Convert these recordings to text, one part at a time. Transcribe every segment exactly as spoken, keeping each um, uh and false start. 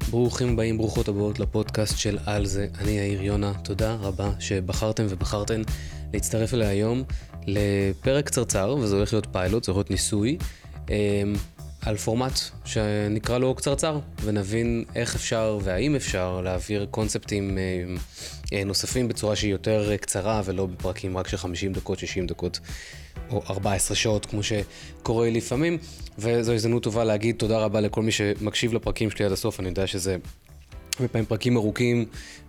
ברוכים הבאים, ברוכות הבאות לפודקאסט של על זה. אני יאיר יונה, תודה רבה שבחרתם ובחרתן להצטרף אליי היום לפרק קצרצר, וזה הולך להיות פיילוט, זה הולך להיות ניסוי, על פורמט שנקרא לו קצרצר, ונבין איך אפשר והאם אפשר להעביר קונספטים נוספים בצורה שהיא יותר קצרה, ולא בפרקים רק של חמישים דקות, שישים דקות, או ארבע עשרה שעות, כמו שקורה לפעמים. וזו הזדמנות טובה להגיד תודה רבה לכל מי שמקשיב לפרקים שלי עד הסוף. אני יודע שזה בפעמים פרקים ארוכים,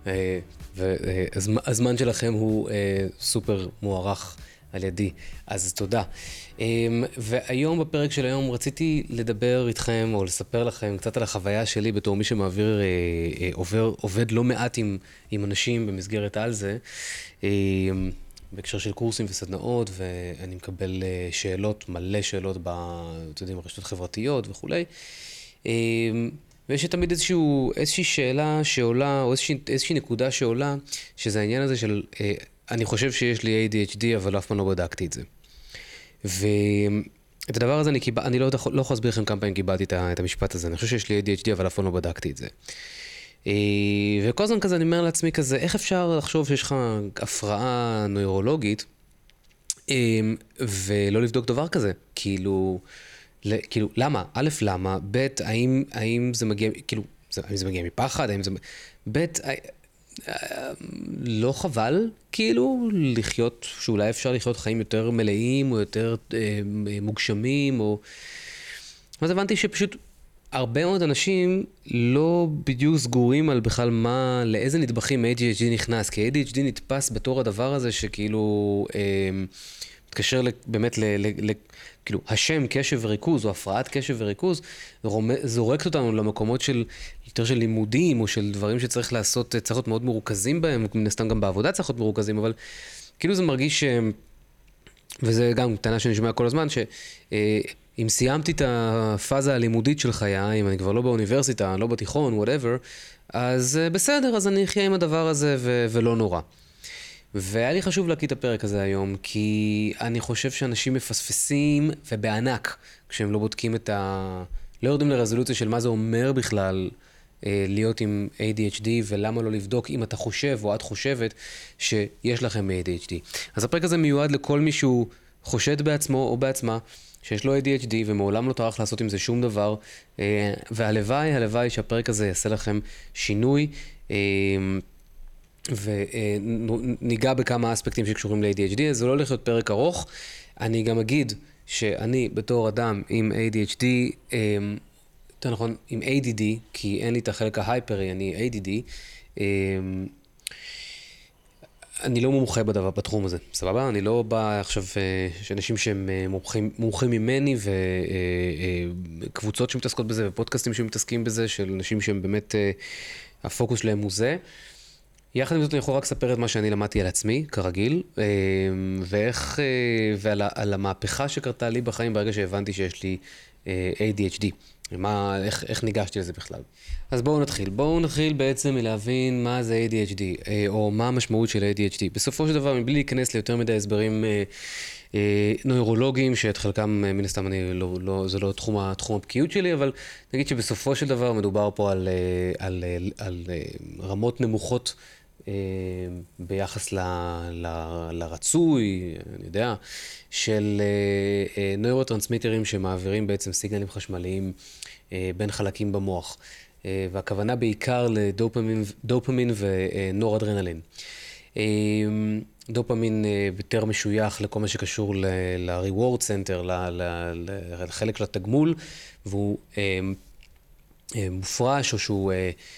והזמן שלכם הוא סופר מוערך על ידי, אז תודה. והיום, בפרק של היום, רציתי לדבר איתכם או לספר לכם קצת על החוויה שלי בתור מי שמעביר, עובר, עובד לא מעט עם, עם אנשים במסגרת על זה, בהקשר של קורסים וסדנאות, ואני מקבל שאלות, מלא שאלות ברשתות חברתיות וכולי. ויש תמיד איזשהו, איזושהי שאלה שעולה, או איזושהי, איזושהי נקודה שעולה, שזה העניין הזה של, אני חושב שיש לי איי די אייץ' די, אבל אף פעם לא בדקתי את זה. ואת הדבר הזה אני, קיבל, אני לא, לא יכול להסביר לכם כמה פעמים קיבלתי את המשפט הזה. אני חושב שיש לי איי די אייץ' די, אבל אף פעם לא בדקתי את זה. וכל הזמן כזה אני אומר לעצמי כזה, איך אפשר לחשוב שיש לך הפרעה נוירולוגית ולא לבדוק דבר כזה? כאילו, כאילו, למה? א', למה? ב', האם, האם זה מגיע, כאילו, האם זה מגיע מפחד? האם זה... ב', לא חבל, כאילו, לחיות, שאולי אפשר לחיות חיים יותר מלאים או יותר מוגשמים, או... אז הבנתי שפשוט הרבה מאוד אנשים לא בדיוק סגורים על בכלל מה, לאיזה נדבכים איי די אייץ' די נכנס, כי איי די אייץ' די נתפס בתור הדבר הזה שכאילו אה, מתקשר באמת ל, ל, ל, כאילו השם קשב וריכוז או הפרעת קשב וריכוז, זורקת אותנו למקומות של יותר של לימודים או של דברים שצריך לעשות, צריך להיות מאוד מרוכזים בהם, מן הסתם גם בעבודה צריך להיות מרוכזים, אבל כאילו זה מרגיש ש... וזה גם טענה שאני שומע כל הזמן, ש... אה, אם סיימתי את הפאזה הלימודית של חיי, אם אני כבר לא באוניברסיטה, לא בתיכון, whatever, אז בסדר, אז אני אחיה עם הדבר הזה ו- ולא נורא. והיה לי חשוב להקיא את הפרק הזה היום, כי אני חושב שאנשים מפספסים, ובענק, כשהם לא בודקים את ה... לא יורדים לרזולוציה של מה זה אומר בכלל להיות עם איי די אייץ' די, ולמה לא לבדוק אם אתה חושב או את חושבת שיש לכם איי די אייץ' די. אז הפרק הזה מיועד לכל מישהו חושד בעצמו או בעצמה, שיש לו איי די אייץ' די ומעולם לא טרח לעשות עם זה שום דבר, והלוואי, הלוואי שהפרק הזה יעשה לכם שינוי, וניגע בכמה אספקטים שקשורים ל-איי די אייץ' די, אז זה לא הולך להיות פרק ארוך. אני גם אגיד שאני בתור אדם עם איי די אייץ' די, יותר נכון, עם איי די די, כי אין לי את החלק ההייפרי, אני איי די די, אני לא מומחה בדבר, בתחום הזה, סבבה? אני לא בא עכשיו, שאנשים שהם מומחים, מומחים ממני, וקבוצות שמתעסקות בזה, ופודקאסטים שמתעסקים בזה, של אנשים שהם באמת, הפוקוס שלהם הוא זה. יחד עם זאת אני יכול רק לספר את מה שאני למדתי על עצמי, כרגיל, ואיך, ועל על המהפכה שקרתה לי בחיים ברגע שהבנתי שיש לי איי די אייץ' די. מה, איך, איך ניגשתי לזה בכלל. אז בואו נתחיל. בואו נתחיל בעצם מלהבין מה זה איי די אייץ' די, או מה המשמעות של איי די אייץ' די. בסופו של דבר, מבלי להיכנס ליותר מדי הסברים אה, אה, נוירולוגיים, שאת חלקם, מן הסתם, אני לא, לא, זה לא תחום, התחום הבקיאות שלי, אבל נגיד שבסופו של דבר מדובר פה על, על, על, על, על רמות נמוכות, ביחס ל, ל, לרצוי, אני יודע, של נוירוטרנסמיטרים שמעבירים בעצם סיגנלים חשמליים בין חלקים במוח. והכוונה בעיקר לדופמין דופמין ונורדרנלין. דופמין יותר משוייך לכל מה שקשור ל-reward center, לחלק של התגמול, והוא מופרש או שהוא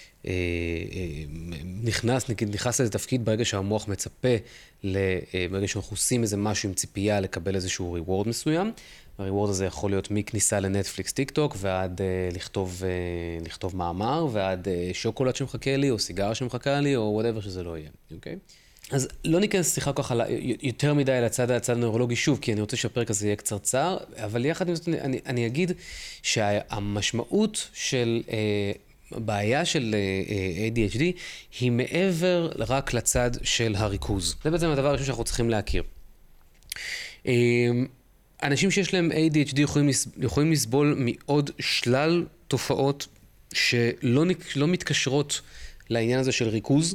נכנס, נכנס לזה תפקיד ברגע שהמוח מצפה, ברגע שאנחנו עושים איזה משהו עם ציפייה לקבל איזשהו ריוורד מסוים. הריוורד הזה יכול להיות מכניסה לנטפליקס, טיק טוק, ועד לכתוב, לכתוב מאמר, ועד שוקולד שמחכה לי, או סיגר שמחכה לי, או whatever שזה לא יהיה, אוקיי? אז לא ניכנס שיחה ככה יותר מדי לצד, הצד הנוירולוגי שוב, כי אני רוצה שהפרק הזה יהיה קצרצר, אבל יחד עם זאת אני, אני אגיד שהמשמעות של בעיה של איי די אייץ' די היא מעבר רק לצד של הריכוז. זה בעצם הדבר הראשון שאנחנו צריכים להכיר. אנשים שיש להם איי די אייץ' די יכולים, יכולים לסבול מעוד שלל תופעות שלא לא מתקשרות לעניין הזה של ריכוז.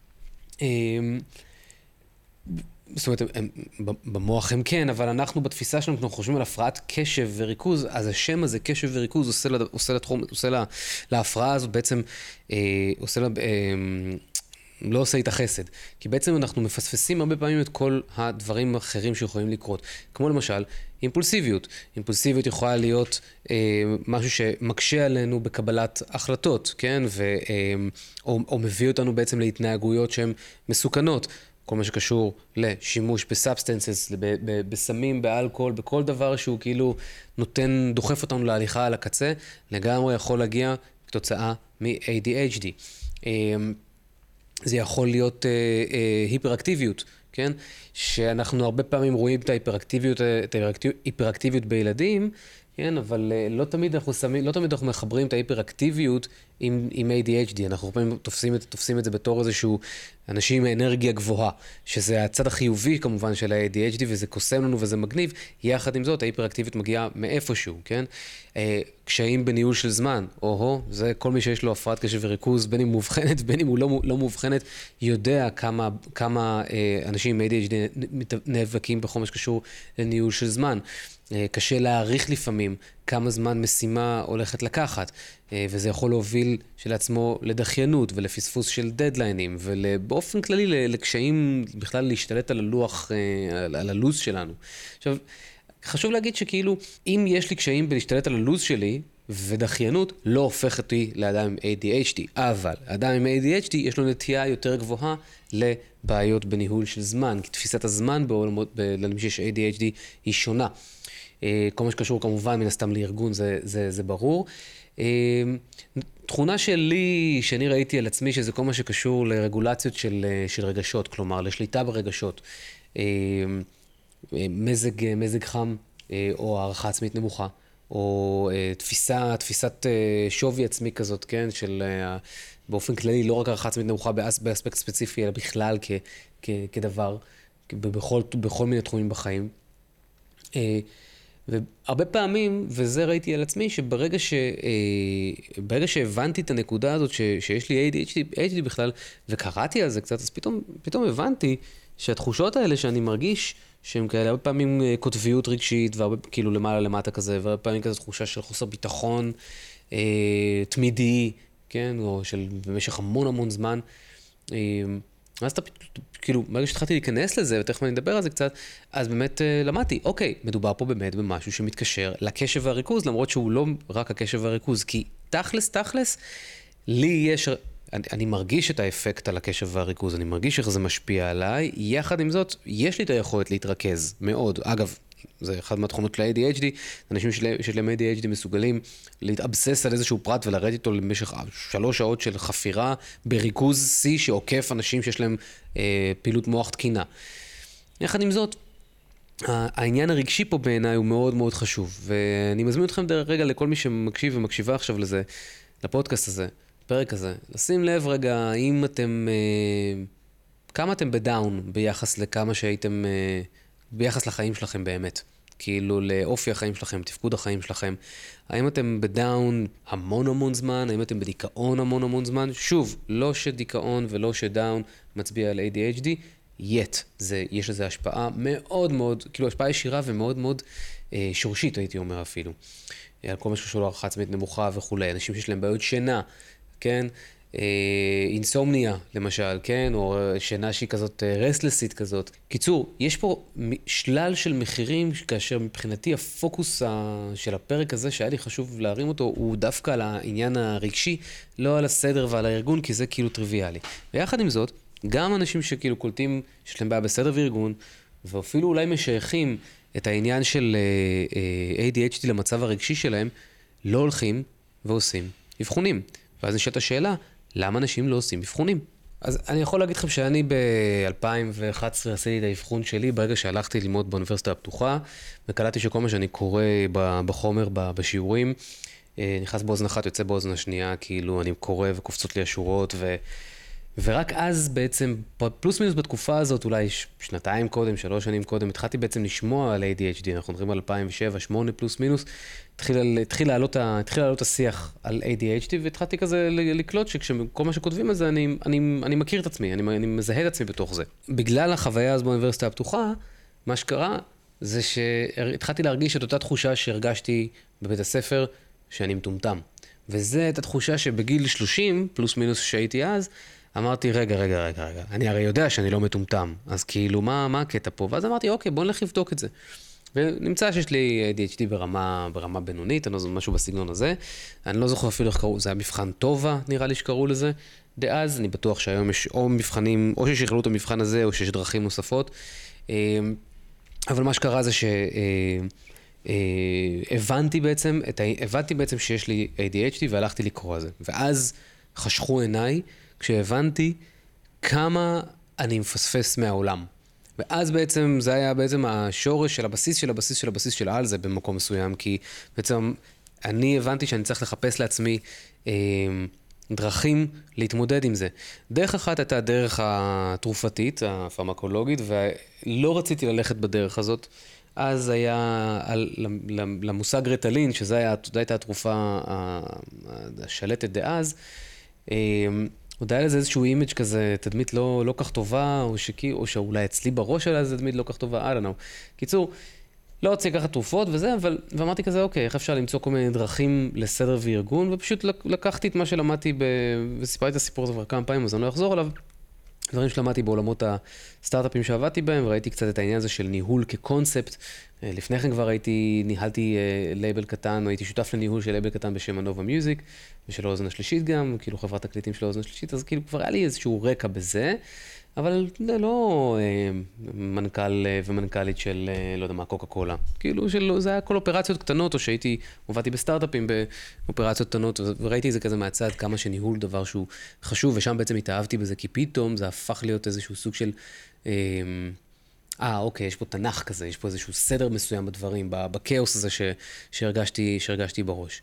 זאת אומרת, הם, במוח הם כן, אבל אנחנו בתפיסה שלנו, אנחנו חושבים על הפרעת קשב וריכוז, אז השם הזה, קשב וריכוז, עושה, עושה, לתחום, עושה לה, להפרעה הזאת בעצם, אה, עושה לה, אה, לא עושה איתה חסד. כי בעצם אנחנו מפספסים הרבה פעמים את כל הדברים האחרים שיכולים לקרות. כמו למשל, אימפולסיביות. אימפולסיביות יכולה להיות אה, משהו שמקשה עלינו בקבלת החלטות, כן? ו, אה, או, או מביא אותנו בעצם להתנהגויות שהן מסוכנות. כל מה שקשור לשימוש בסאבסטנסס, בסמים, באלכוהול, בכל דבר שהוא כאילו דוחף אותנו להליכה על הקצה, לגמרי יכול להגיע כתוצאה מ-איי די אייץ' די. זה יכול להיות היפראקטיביות, כן? שאנחנו הרבה פעמים רואים את ההיפראקטיביות, את ההיפראקטיביות בילדים, כן, אבל לא תמיד אנחנו שמים, לא תמיד אנחנו מחברים את ההיפראקטיביות עם, עם איי די אייץ' די. אנחנו הרבה פעמים תופסים, תופסים את זה בתור איזשהו אנשים עם אנרגיה גבוהה, שזה הצד החיובי כמובן של ה-איי די אייץ' די, וזה קוסם לנו וזה מגניב. יחד עם זאת, ההיפראקטיביות מגיעה מאיפשהו, כן? קשיים בניהול של זמן, או-הו, זה כל מי שיש לו הפרעת קשב וריכוז, בין אם מובחנת, בין אם הוא לא, לא מובחנת, יודע כמה, כמה אנשים עם איי די אייץ' די נאבקים בכל מה שקשור לניהול של זמן. קשה להעריך לפעמים כמה זמן משימה הולכת לקחת, וזה יכול להוביל שלעצמו לדחיינות ולפספוס של דדליינים, ובאופן כללי לקשיים בכלל להשתלט על הלוח, על הלוז שלנו. עכשיו, חשוב להגיד שכאילו, אם יש לי קשיים בלהשתלט על הלוז שלי, ודחיינות לא הופך אותי לאדם עם איי די אייץ' די, אבל אדם עם איי די אייץ' די יש לו נטייה יותר גבוהה לבעיות בניהול של זמן, כי תפיסת הזמן בעולמות, למי שיש איי די אייץ' די היא שונה. כל מה שקשור כמובן מן הסתם לארגון זה, זה, זה ברור. תכונה שלי, שאני ראיתי על עצמי, שזה כל מה שקשור לרגולציות של, של רגשות, כלומר לשליטה ברגשות. מזג, מזג חם או הערכה עצמית נמוכה, או תפיסה, תפיסת שווי עצמי כזאת, כן, של באופן כללי, לא רק הערכה עצמית נמוכה באספקט ספציפי, אלא בכלל כ, כ, כדבר, בכל, בכל מיני תחומים בחיים. והרבה פעמים, וזה ראיתי על עצמי, שברגע ש, ברגע שהבנתי את הנקודה הזאת ש, שיש לי איי די אייץ' די, איי די אייץ' די בכלל, וקראתי על זה קצת, אז פתאום, פתאום הבנתי שהתחושות האלה שאני מרגיש, שהם כאלה, הרבה פעמים כותביות רגשית, והרבה כאילו למעלה למטה כזה, והרבה פעמים כזה תחושה של חוסר ביטחון אה, תמידי, כן, או של במשך המון המון זמן. אה, אז אתה, כאילו, ברגע שהתחלתי להיכנס לזה, ותכף אני אדבר על זה קצת, אז באמת אה, למדתי, אוקיי, מדובר פה באמת במשהו שמתקשר לקשב והריכוז, למרות שהוא לא רק הקשב והריכוז, כי תכלס, תכלס, לי יש... אני, אני מרגיש את האפקט על הקשב והריכוז, אני מרגיש איך זה משפיע עליי, יחד עם זאת, יש לי את היכולת להתרכז מאוד. אגב, זה אחד מהתכונות ל-איי די אייץ' די, אנשים שיש להם איי די אייץ' די מסוגלים להתאבסס על איזשהו פרט ולרדת איתו למשך שלוש שעות של חפירה בריכוז C שעוקף אנשים שיש להם אה, פעילות מוח תקינה. יחד עם זאת, העניין הרגשי פה בעיניי הוא מאוד מאוד חשוב, ואני מזמין אתכם דרך רגע לכל מי שמקשיב ומקשיבה עכשיו לזה, לפודקאסט הזה. פרק הזה, לשים לב רגע אם אתם, אה, כמה אתם בדאון ביחס לכמה שהייתם, אה, ביחס לחיים שלכם באמת. כאילו לאופי החיים שלכם, תפקוד החיים שלכם. האם אתם בדאון המון המון זמן, האם אתם בדיכאון המון המון זמן? שוב, לא שדיכאון ולא שדאון מצביע על איי די אייץ' די, yet. זה, יש לזה השפעה מאוד מאוד, כאילו השפעה ישירה ומאוד מאוד אה, שורשית הייתי אומר אפילו. על כל מה שקשור להערכה עצמית נמוכה וכולי. אנשים שיש להם בעיות שינה, כן, אינסומניה למשל, כן, או שינה שהיא כזאת רסלסית כזאת. קיצור, יש פה שלל של מחירים כאשר מבחינתי הפוקוס של הפרק הזה שהיה לי חשוב להרים אותו הוא דווקא על העניין הרגשי, לא על הסדר ועל הארגון, כי זה כאילו טריוויאלי. ויחד עם זאת, גם אנשים שכאילו קולטים שיש להם בעיה בסדר וארגון, ואפילו אולי משייכים את העניין של איי די אייץ' די למצב הרגשי שלהם, לא הולכים ועושים אבחונים. ואז נשאלת השאלה, למה אנשים לא עושים אבחונים? אז אני יכול להגיד לכם שאני ב-אלפיים ואחת עשרה עשיתי את האבחון שלי ברגע שהלכתי ללמוד באוניברסיטה הפתוחה, וקלטתי שכל מה שאני קורא בחומר, בשיעורים, נכנס באוזן אחת, יוצא באוזן השנייה, כאילו אני קורא וקופצות לי השורות, ו... ורק אז בעצם, פלוס מינוס בתקופה הזאת, אולי שנתיים קודם, שלוש שנים קודם, התחלתי בעצם לשמוע על איי די אייץ' די, אנחנו מדברים על אלפיים ושבע, שמונה פלוס מינוס, התחיל, התחיל לעלות, התחיל לעלות השיח על איי די אייץ' די, והתחלתי כזה לקלוט שכל מה שכותבים על זה, אני, אני, אני מכיר את עצמי, אני, אני מזהה את עצמי בתוך זה. בגלל החוויה הזו באוניברסיטה הפתוחה, מה שקרה זה שהתחלתי להרגיש את אותה תחושה שהרגשתי בבית הספר, שאני מטומטם. וזה הייתה תחושה שבגיל שלושים, פלוס מינוס שהייתי אז, אמרתי, רגע, רגע, רגע, רגע, אני הרי יודע שאני לא מטומטם, אז כאילו, מה, מה הקטע פה? ואז אמרתי, אוקיי, בוא נלך לבדוק את זה. ונמצא שיש לי איי די אייץ' די ברמה, ברמה בינונית, אני לא זוכר משהו בסגנון הזה. אני לא זוכר אפילו איך קראו, זה היה מבחן טובה, נראה לי שקראו לזה. דאז, אני בטוח שהיום יש או מבחנים, או ששכלו את המבחן הזה, או שיש דרכים נוספות. אבל מה שקרה זה שהבנתי בעצם, הבנתי בעצם שיש לי איי די אייץ' די והלכתי לקרוא על זה. ואז חשכו עיניי, כשהבנתי כמה אני מפספס מהעולם. ואז בעצם זה היה בעצם השורש של הבסיס של הבסיס של הבסיס של העל זה במקום מסוים, כי בעצם אני הבנתי שאני צריך לחפש לעצמי אה, דרכים להתמודד עם זה. דרך אחת הייתה הדרך התרופתית, הפרמקולוגית, ולא רציתי ללכת בדרך הזאת. אז היה על, למושג רטלין, שזו הייתה התרופה השלטת דאז, אה, עוד היה לזה איזשהו אימג' כזה, תדמית לא, לא כך טובה, או, שכי, או שאולי אצלי בראש שלה זה תדמית לא כך טובה, I don't know. קיצור, לא רוצה לקחת תרופות וזה, אבל, ואמרתי כזה, אוקיי, איך אפשר למצוא כל מיני דרכים לסדר וארגון, ופשוט לקחתי את מה שלמדתי, ב... וסיפרתי את הסיפור הזה כבר כמה פעמים, אז אני לא אחזור עליו. דברים שלמדתי בעולמות הסטארט-אפים שעבדתי בהם, וראיתי קצת את העניין הזה של ניהול כקונספט. לפני כן כבר הייתי, ניהלתי לייבל קטן, או הייתי שותף לניהול של לייבל קטן בשם הנובה מיוזיק, ושל האוזן השלישית גם, כאילו חברת תקליטים של האוזן השלישית, אז כאילו כבר היה לי איזשהו רקע בזה, אבל לא מנכ"ל ומנכ"לית של, לא יודע מה, קוקה קולה. כאילו שלא, זה היה כל אופרציות קטנות, או שהייתי, עובדתי בסטארט-אפים באופרציות קטנות, וראיתי את זה כזה מהצד, כמה שניהול דבר שהוא חשוב, ושם בעצם התאהבתי בזה, כי פתאום זה הפך להיות איזשהו סוג של, אה, אוקיי, יש פה תנ"ך כזה, יש פה איזשהו סדר מסוים בדברים, בקאוס הזה ש, שהרגשתי, שהרגשתי בראש.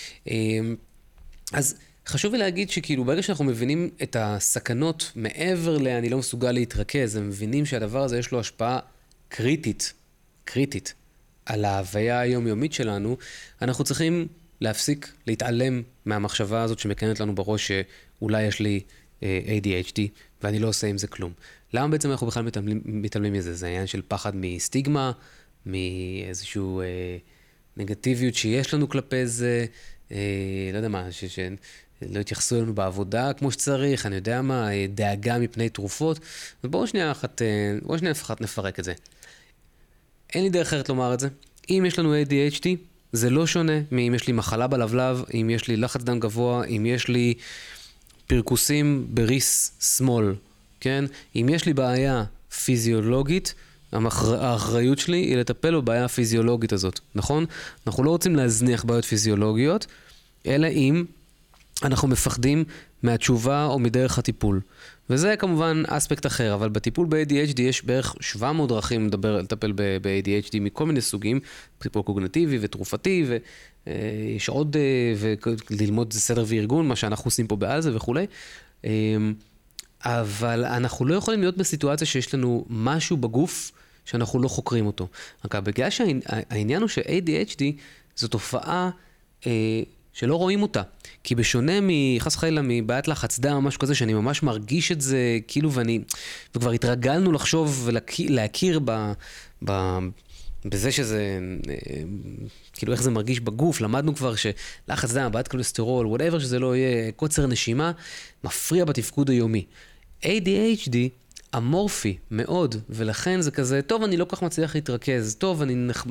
אז חשוב לי להגיד שכאילו ברגע שאנחנו מבינים את הסכנות מעבר ל- אני לא מסוגל להתרכז, הם מבינים שהדבר הזה יש לו השפעה קריטית, קריטית, על ההוויה היומיומית שלנו, אנחנו צריכים להפסיק להתעלם מהמחשבה הזאת שמקיימת לנו בראש שאולי יש לי איי די אייץ' די ואני לא עושה עם זה כלום. למה בעצם אנחנו בכלל מתעלמים, מתעלמים מזה? זה עניין של פחד מסטיגמה, מאיזשהו אה, נגטיביות שיש לנו כלפי זה, אה, לא יודע מה, ש... ש... לא התייחסו לנו בעבודה כמו שצריך, אני יודע מה, דאגה מפני תרופות. ובואו שנייה אחת, בואו שנייה אחת נפרק את זה. אין לי דרך אחרת לומר את זה. אם יש לנו איי די אייץ' די, זה לא שונה מאם יש לי מחלה בלבלב, אם יש לי לחץ דם גבוה, אם יש לי פרקוסים בריס שמאל, כן? אם יש לי בעיה פיזיולוגית, האחריות שלי היא לטפל בבעיה הפיזיולוגית הזאת, נכון? אנחנו לא רוצים להזניח בעיות פיזיולוגיות, אלא אם אנחנו מפחדים מהתשובה או מדרך הטיפול. וזה כמובן אספקט אחר, אבל בטיפול ב-איי די אייץ' די יש בערך שבע מאות דרכים לדבר, לטפל ב-איי די אייץ' די מכל מיני סוגים, טיפול קוגניטיבי ותרופתי, ויש עוד, וללמוד סדר וארגון, מה שאנחנו עושים פה בעל זה וכו'. אבל אנחנו לא יכולים להיות בסיטואציה שיש לנו משהו בגוף שאנחנו לא חוקרים אותו. רק בגלל שהעניין הוא ש-איי די אייץ' די זו תופעה שלא רואים אותה. כי בשונה מחס וחלילה מבעיית לחץ דם, משהו כזה, שאני ממש מרגיש את זה, כאילו, ואני, וכבר התרגלנו לחשוב ולהכיר ב, ב, בזה שזה, כאילו, איך זה מרגיש בגוף, למדנו כבר שלחץ דם, בעיית כולסטרול, whatever שזה לא יהיה, קוצר נשימה, מפריע בתפקוד היומי. איי די אייץ' די אמורפי מאוד, ולכן זה כזה, טוב, אני לא כך מצליח להתרכז, טוב, אני נח...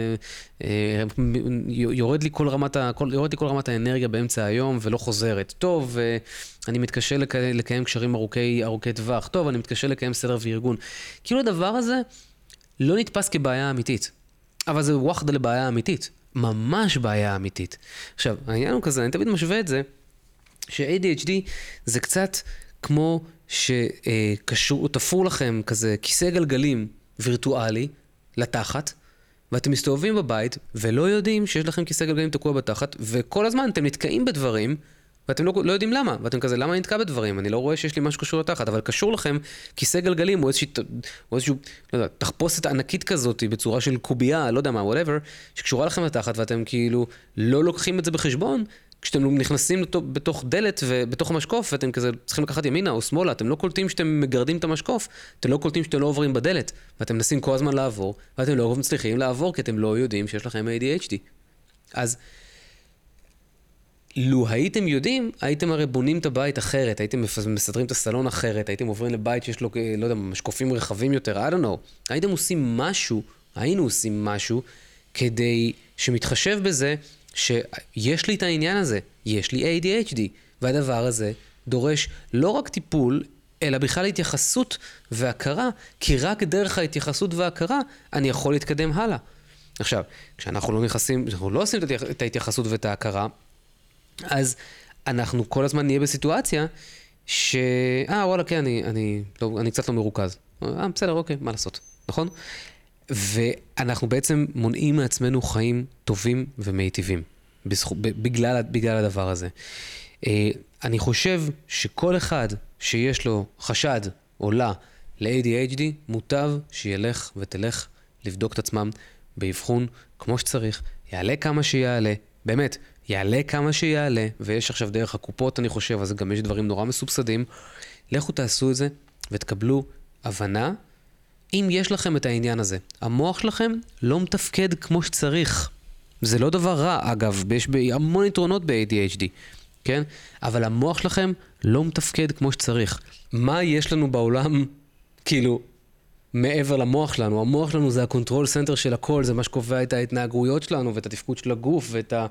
יורד לי כל רמת, ה... יורד לי כל רמת האנרגיה באמצע היום ולא חוזרת, טוב, אני מתקשה לק... לקיים קשרים ארוכי, ארוכי טווח, טוב, אני מתקשה לקיים סדר וארגון. כאילו הדבר הזה לא נתפס כבעיה אמיתית, אבל זה ווחדה לבעיה אמיתית, ממש בעיה אמיתית. עכשיו, העניין הוא כזה, אני תמיד משווה את זה, ש-איי די אייץ' די זה קצת כמו שקשור, תפור לכם כזה כיסא גלגלים וירטואלי לתחת, ואתם מסתובבים בבית ולא יודעים שיש לכם כיסא גלגלים תקוע בתחת, וכל הזמן אתם נתקעים בדברים ואתם לא, לא יודעים למה, ואתם כזה, למה אני נתקע בדברים? אני לא רואה שיש לי משהו קשור לתחת, אבל קשור לכם כיסא גלגלים, או איזושהי, או איזשהו, לא יודע, תחפושת ענקית כזאת, בצורה של קובייה, לא יודע מה, whatever, שקשורה לכם לתחת, ואתם כאילו לא לוקחים את זה בחשבון, כשאתם נכנסים לתוך, בתוך דלת ובתוך המשקוף, ואתם כזה צריכים לקחת ימינה או שמאלה, אתם לא קולטים שאתם מגרדים את המשקוף, אתם לא קולטים שאתם לא עוברים בדלת, ואתם מנסים כל הזמן לעבור, ואתם לא מצליחים לעבור, כי אתם לא יודעים שיש לכם איי די אייץ' די. אז לו הייתם יודעים, הייתם הרי בונים את הבית אחרת, הייתם מסדרים את הסלון אחרת, הייתם עוברים לבית שיש לו, לא יודע, משקופים רחבים יותר, I don't know. הייתם עושים משהו, היינו עושים משהו, כדי שמתחשב בזה, שיש לי את העניין הזה, יש לי איי די אייץ' די, והדבר הזה דורש לא רק טיפול, אלא בכלל התייחסות והכרה, כי רק דרך ההתייחסות והכרה, אני יכול להתקדם הלאה. עכשיו, כשאנחנו לא נכנסים, אנחנו לא עושים את ההתייחסות ואת ההכרה, אז אנחנו כל הזמן נהיה בסיטואציה ש... אה, וואלה, כן, אני, אני, לא, אני קצת לא מרוכז. אה, בסדר, אוקיי, מה לעשות, נכון? ואנחנו בעצם מונעים מעצמנו חיים טובים ומיטיבים, בגלל, בגלל הדבר הזה. אני חושב שכל אחד שיש לו חשד או לה ל-איי די אייץ' די, מוטב שילך ותלך לבדוק את עצמם באבחון כמו שצריך, יעלה כמה שיעלה, באמת, יעלה כמה שיעלה, ויש עכשיו דרך הקופות, אני חושב, אז גם יש דברים נורא מסובסדים. לכו תעשו את זה ותקבלו הבנה, אם יש לכם את העניין הזה. המוח שלכם לא מתפקד כמו שצריך. זה לא דבר רע, אגב, יש המון יתרונות ב-איי די אייץ' די, כן? אבל המוח שלכם לא מתפקד כמו שצריך. מה יש לנו בעולם, כאילו, מעבר למוח שלנו? המוח שלנו זה הקונטרול סנטר של הכל, זה מה שקובע את ההתנהגויות שלנו, ואת התפקוד של הגוף, ואת ה...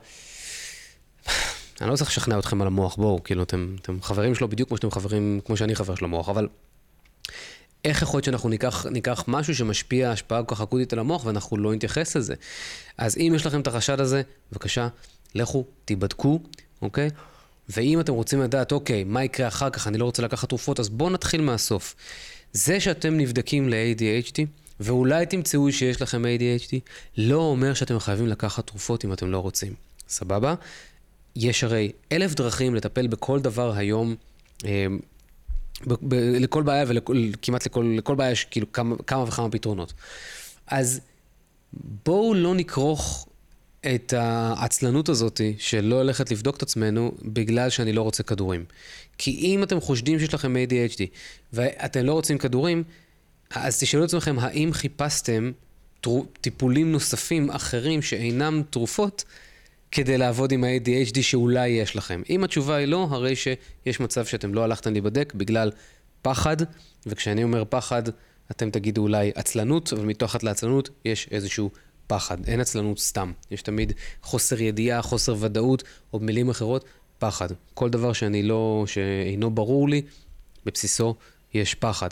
אני לא צריך לשכנע אתכם על המוח, בואו, כאילו, אתם, אתם חברים שלו בדיוק כמו שאתם חברים, כמו שאני חבר של המוח, אבל איך יכול להיות שאנחנו ניקח, ניקח משהו שמשפיע השפעה כל כך אקוטית על המוח, ואנחנו לא נתייחס לזה? אז אם יש לכם את החשד הזה, בבקשה, לכו, תיבדקו, אוקיי? ואם אתם רוצים לדעת, אוקיי, מה יקרה אחר כך, אני לא רוצה לקחת תרופות, אז בואו נתחיל מהסוף. זה שאתם נבדקים ל-איי די אייץ' די, ואולי תמצאו שיש לכם איי די אייץ' די, לא אומר שאתם חייבים לקחת תרופות אם אתם לא רוצים. סבבה? יש הרי אלף דרכים לטפל בכל דבר היום, אה, ב- ב- לכל בעיה וכמעט לכל, לכל בעיה יש כאילו כמה, כמה וכמה פתרונות. אז בואו לא נקרוך את העצלנות הזאת של לא הולכת לבדוק את עצמנו בגלל שאני לא רוצה כדורים. כי אם אתם חושדים שיש לכם איי די אייץ' די ואתם לא רוצים כדורים, אז תשאלו את עצמכם האם חיפשתם טרו, טיפולים נוספים אחרים שאינם תרופות כדי לעבוד עם ה-איי די אייץ' די שאולי יש לכם. אם התשובה היא לא, הרי שיש מצב שאתם לא הלכתם להיבדק בגלל פחד, וכשאני אומר פחד, אתם תגידו אולי עצלנות, אבל מתחת לעצלנות יש איזשהו פחד. אין עצלנות סתם. יש תמיד חוסר ידיעה, חוסר ודאות, או במילים אחרות, פחד. כל דבר שאני לא, שאינו ברור לי, בבסיסו יש פחד.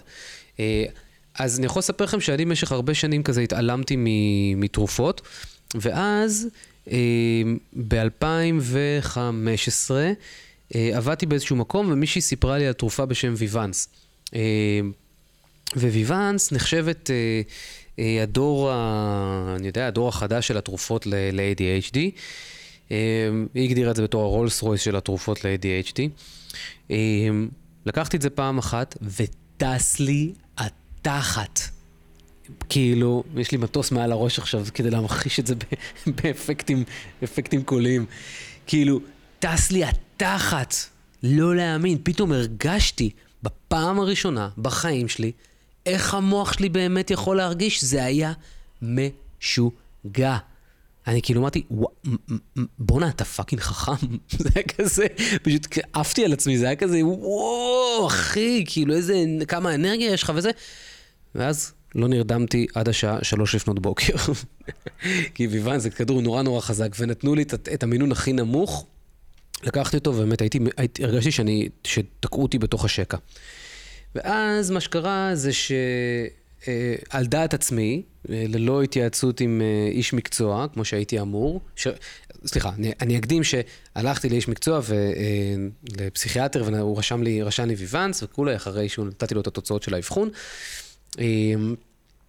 אז אני יכול לספר לכם שאני במשך הרבה שנים כזה התעלמתי מתרופות, ואז ב-אלפיים וחמש עשרה עבדתי באיזשהו מקום, ומישהי סיפרה לי על תרופה בשם ויוונס. וויוונס נחשבת הדור, אני יודע, הדור החדש של התרופות ל-איי די אייץ' די. היא הגדירה את זה בתור הרולס רויס של התרופות ל-איי די אייץ' די. לקחתי את זה פעם אחת, וטס לי התחת. כאילו, יש לי מטוס מעל הראש עכשיו כדי להמחיש את זה באפקטים, אפקטים קוליים. כאילו, טס לי התחת, לא להאמין. פתאום הרגשתי בפעם הראשונה בחיים שלי, איך המוח שלי באמת יכול להרגיש. זה היה משוגע. אני כאילו אמרתי, בונה, אתה פאקינג חכם. זה היה כזה, פשוט עפתי על עצמי, זה היה כזה, וואו, אחי, כאילו איזה, כמה אנרגיה יש לך וזה. ואז לא נרדמתי עד השעה שלוש לפנות בוקר. כי ויוון זה כדור נורא נורא חזק, ונתנו לי את, את המינון הכי נמוך, לקחתי אותו, ובאמת הייתי, הייתי, הרגשתי שאני, שתקעו אותי בתוך השקע. ואז מה שקרה זה שעל דעת עצמי, ללא התייעצות עם איש מקצוע, כמו שהייתי אמור, ש... סליחה, אני, אני אקדים שהלכתי לאיש מקצוע ולפסיכיאטר, והוא רשם לי, רשם לי ויוונס, וכולי, אחרי שהוא נתתי לו את התוצאות של האבחון,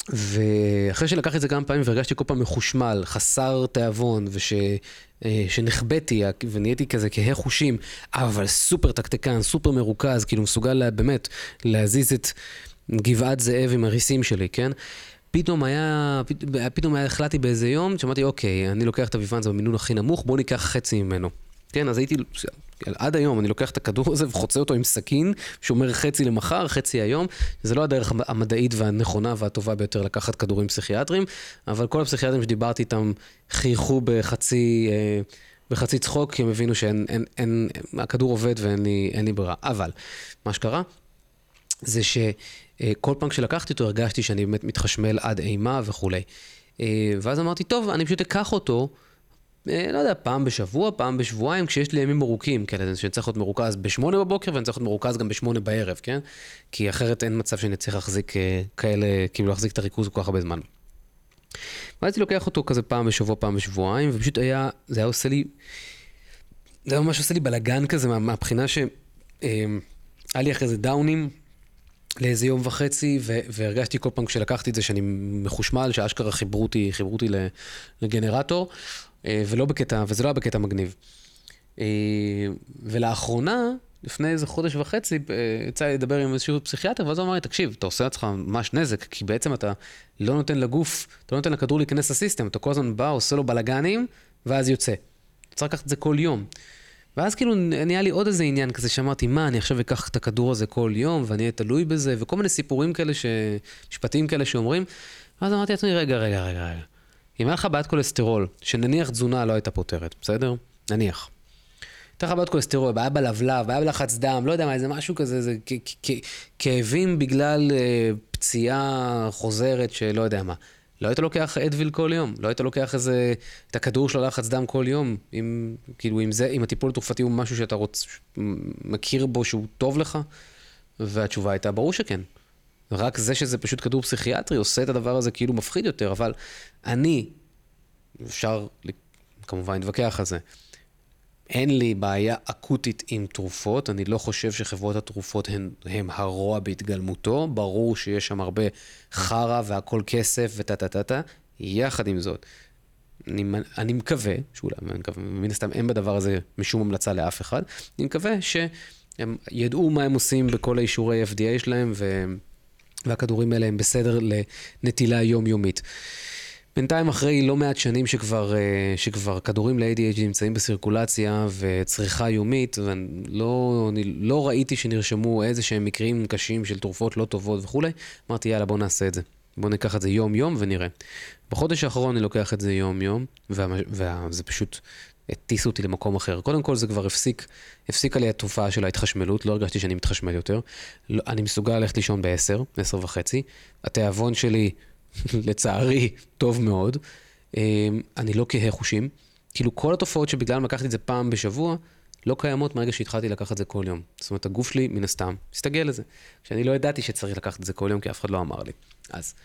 ואחרי שלקח את זה כמה פעמים והרגשתי כל פעם מחושמל, חסר תיאבון, וש... שנחבאתי ונהייתי כזה כהה חושים, אבל סופר טקטיקן, סופר מרוכז, כאילו מסוגל לה, באמת להזיז את גבעת זאב עם הריסים שלי, כן? פתאום היה, פתאום היה, החלטתי באיזה יום, שמעתי, אוקיי, אני לוקח את אביבן, זה במינון הכי נמוך, בוא ניקח חצי ממנו. כן, אז הייתי, עד היום אני לוקח את הכדור הזה וחוצה אותו עם סכין, שאומר חצי למחר, חצי היום. זה לא הדרך המדעית והנכונה והטובה ביותר לקחת כדורים פסיכיאטריים, אבל כל הפסיכיאטרים שדיברתי איתם חייכו בחצי, בחצי צחוק, כי הם הבינו שאין, אין, אין, הכדור עובד ואין לי, אין לי ברירה. אבל, מה שקרה, זה שכל פעם כשלקחתי אותו הרגשתי שאני באמת מתחשמל עד אימה וכולי. ואז אמרתי, טוב, אני פשוט אקח אותו, לא יודע, פעם בשבוע, פעם בשבועיים, כשיש לי ימים ארוכים, כאלה, שאני צריך להיות מרוכז בשמונה בבוקר, ואני צריך להיות מרוכז גם בשמונה בערב, כן? כי אחרת אין מצב שאני צריך להחזיק כאלה, כאילו להחזיק את הריכוז כל כך הרבה זמן. ואז הייתי לוקח אותו כזה פעם בשבוע, פעם בשבועיים, ופשוט היה, זה היה עושה לי, זה היה ממש עושה לי בלגן כזה, מה, מהבחינה ש... היה לי אחרי זה דאונים, לאיזה יום וחצי, והרגשתי כל פעם כשלקחתי את זה שאני מחושמל, שאשכרה חיברו אותי, חיברו אותי לגנרטור, ולא בקטע, וזה לא היה בקטע מגניב. ולאחרונה, לפני איזה חודש וחצי, יצא לי לדבר עם איזשהו פסיכיאטר, ואז הוא אמר לי, תקשיב, אתה עושה לעצמך ממש נזק, כי בעצם אתה לא נותן לגוף, אתה לא נותן לכדור להיכנס לסיסטם, אתה כל הזמן בא, עושה לו בלגנים, ואז יוצא. אתה צריך לקחת את זה כל יום. ואז כאילו נהיה לי עוד איזה עניין כזה שאמרתי, מה, אני עכשיו אקח את הכדור הזה כל יום, ואני אהיה תלוי בזה, וכל מיני סיפורים כאלה, ש... משפטיים כאלה שאומרים, ואז אמרתי לעצמי, רגע, רגע, רגע, רגע. אם היה לך בעיית כולסטרול, שנניח תזונה לא הייתה פותרת, בסדר? נניח. הייתה לך בעיית כולסטרול, בעיה בלבלב, בעיה בלחץ דם, לא יודע מה, איזה משהו כזה, זה כ- כ- כ- כאבים בגלל אה, פציעה חוזרת שלא יודע מה. לא היית לוקח אדוויל כל יום, לא היית לוקח איזה, את הכדור של הלחץ דם כל יום, אם, כאילו, אם זה, אם הטיפול התרופתי הוא משהו שאתה רוצ, מכיר בו שהוא טוב לך, והתשובה הייתה, ברור שכן. רק זה שזה פשוט כדור פסיכיאטרי, עושה את הדבר הזה כאילו מפחיד יותר, אבל אני, אפשר כמובן להתווכח על זה, אין לי בעיה אקוטית עם תרופות, אני לא חושב שחברות התרופות הן, הן הרוע בהתגלמותו, ברור שיש שם הרבה חרה והכל כסף וטה-טה-טה-טה, יחד עם זאת. אני, אני מקווה, שאולי, אני מקווה, מן הסתם אין בדבר הזה משום המלצה לאף אחד, אני מקווה שהם ידעו מה הם עושים בכל האישורי F D A שלהם, ו, והכדורים האלה הם בסדר לנטילה יומיומית. בינתיים אחרי לא מעט שנים שכבר, שכבר כדורים ל-A D H D נמצאים בסירקולציה וצריכה יומית, ולא, אני לא ראיתי שנרשמו איזה שהם מקרים קשים של תרופות לא טובות וכו'. אמרתי, יאללה, בוא נעשה את זה. בוא ניקח את זה יום-יום ונראה. בחודש האחרון אני לוקח את זה יום-יום, וזה פשוט הטיס אותי למקום אחר. קודם כל זה כבר הפסיק, הפסיקה לי התופעה של ההתחשמלות, לא הרגשתי שאני מתחשמל יותר. אני מסוגל ללכת לישון ב-עשר, עשר וחצי. התיאבון שלי לצערי, טוב מאוד. אני לא כהה חושים. כאילו כל התופעות שבגלל לקחתי את זה פעם בשבוע, לא קיימות מהרגע שהתחלתי לקחת את זה כל יום. זאת אומרת, הגוף שלי, מן הסתם, הסתגל לזה. שאני לא ידעתי שצריך לקחת את זה כל יום, כי אף אחד לא אמר לי. אז,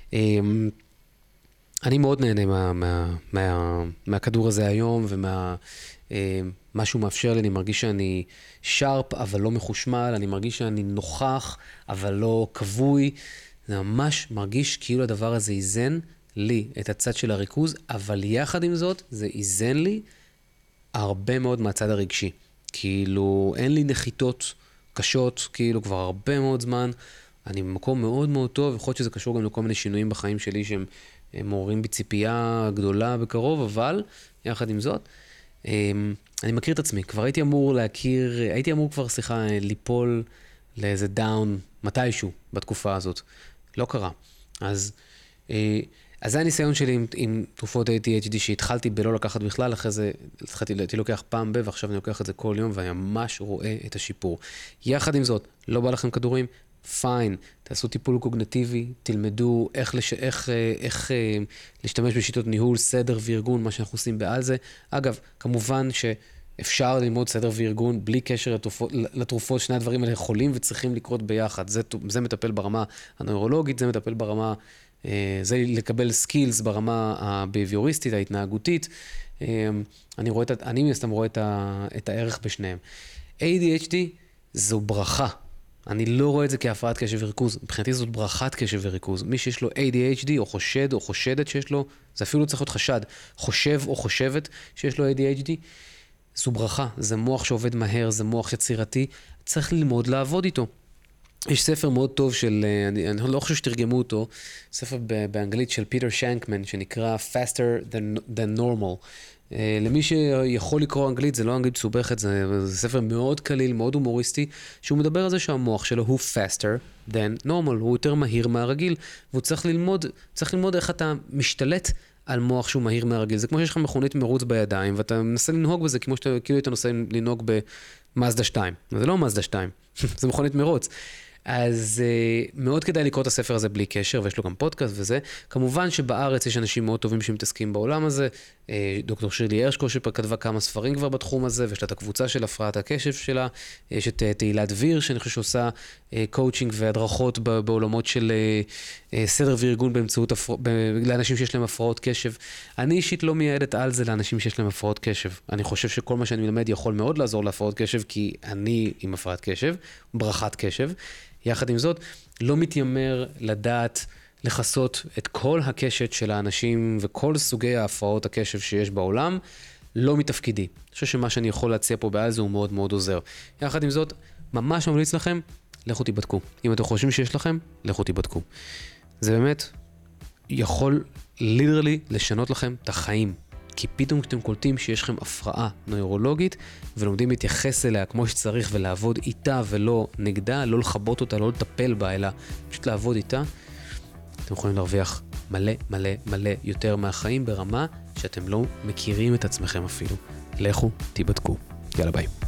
אני מאוד נהנה מה, מה, מה, מהכדור הזה היום, ומה, מה שהוא מאפשר לי. אני מרגיש שאני שרפ, אבל לא מחושמל. אני מרגיש שאני נוכח, אבל לא כבוי. זה ממש מרגיש כאילו הדבר הזה איזן לי את הצד של הריכוז, אבל יחד עם זאת זה איזן לי הרבה מאוד מהצד הרגשי. כאילו אין לי נחיתות קשות, כאילו כבר הרבה מאוד זמן, אני במקום מאוד מאוד טוב, יכול להיות שזה קשור גם לכל מיני שינויים בחיים שלי שהם מעוררים בציפייה גדולה בקרוב, אבל יחד עם זאת, אני מכיר את עצמי, כבר הייתי אמור להכיר, הייתי אמור כבר, סליחה, ליפול לאיזה דאון מתישהו בתקופה הזאת. לא קרה. אז, אז זה הניסיון שלי עם, עם תרופות A D H D שהתחלתי בלא לקחת בכלל, אחרי זה התחלתי, הייתי לוקח פעם ב, ועכשיו אני לוקח את זה כל יום, ואני ממש רואה את השיפור. יחד עם זאת, לא בא לכם כדורים? פיין, תעשו טיפול קוגניטיבי, תלמדו איך, לש... איך, איך, איך להשתמש בשיטות ניהול, סדר וארגון, מה שאנחנו עושים בעל זה. אגב, כמובן ש... אפשר ללמוד סדר וארגון בלי קשר לתרופות, לתרופות, שני הדברים האלה יכולים וצריכים לקרות ביחד. זה, זה מטפל ברמה הנוירולוגית, זה מטפל ברמה, זה לקבל סקילס ברמה הביביוריסטית, ההתנהגותית. אני רואה, אני מסתם רואה את, ה, את הערך בשניהם. A D H D זו ברכה. אני לא רואה את זה כהפרעת קשב וריכוז. מבחינתי זאת ברכת קשב וריכוז. מי שיש לו איי די אייץ' די או חושד או חושדת שיש לו, זה אפילו צריך להיות חשד, חושב או חושבת שיש לו איי די אייץ' די, זו ברכה. זה מוח שעובד מהר, זה מוח יצירתי. צריך ללמוד לעבוד איתו. יש ספר מאוד טוב של, אני, אני לא חושב שתרגמו אותו, ספר באנגלית של פיטר שנקמן, שנקרא Faster than, than Normal. למי שיכול לקרוא אנגלית, זה לא אנגלית מסובכת, זה, זה ספר מאוד קליל, מאוד הומוריסטי, שהוא מדבר על זה שהמוח שלו הוא faster than normal, הוא יותר מהיר מהרגיל, והוא צריך ללמוד, צריך ללמוד איך אתה משתלט על מוח שהוא מהיר מהרגיל. זה כמו שיש לך מכונית מרוץ בידיים, ואתה מנסה לנהוג בזה כמו שאתה, כאילו אתה נוסע לנהוג במאזדה שתיים. זה לא מאזדה שתיים, זה מכונית מרוץ. אז uh, מאוד כדאי לקרוא את הספר הזה בלי קשר, ויש לו גם פודקאסט וזה. כמובן שבארץ יש אנשים מאוד טובים שמתעסקים בעולם הזה. Uh, דוקטור שירלי הרשקו שכתבה כמה ספרים כבר בתחום הזה, ויש לה את הקבוצה של הפרעת הקשב שלה. יש את uh, תהילת דביר, שאני חושב שעושה uh, קואוצ'ינג והדרכות בעולמות של uh, uh, סדר וארגון באמצעות הפר... לאנשים שיש להם הפרעות קשב. אני אישית לא מייעדת על זה לאנשים שיש להם הפרעות קשב. אני חושב שכל מה שאני מלמד יכול מאוד לעזור להפרעות קשב, כי אני עם הפרעת קשב, ברכת קשב. יחד עם זאת, לא מתיימר לדעת לחסות את כל הקשת של האנשים וכל סוגי ההפרעות הקשב שיש בעולם, לא מתפקידי. אני חושב שמה שאני יכול להציע פה בעל זה הוא מאוד מאוד עוזר. יחד עם זאת, ממש ממליץ לכם, לכו תיבדקו. אם אתם חושבים שיש לכם, לכו תיבדקו. זה באמת יכול ליטרלי לשנות לכם את החיים. כי פתאום כשאתם קולטים שיש לכם הפרעה נוירולוגית, ולומדים להתייחס אליה כמו שצריך, ולעבוד איתה ולא נגדה, לא לחבות אותה, לא לטפל בה, אלא פשוט לעבוד איתה, אתם יכולים להרוויח מלא מלא מלא יותר מהחיים ברמה שאתם לא מכירים את עצמכם אפילו. לכו, תיבדקו. יאללה ביי.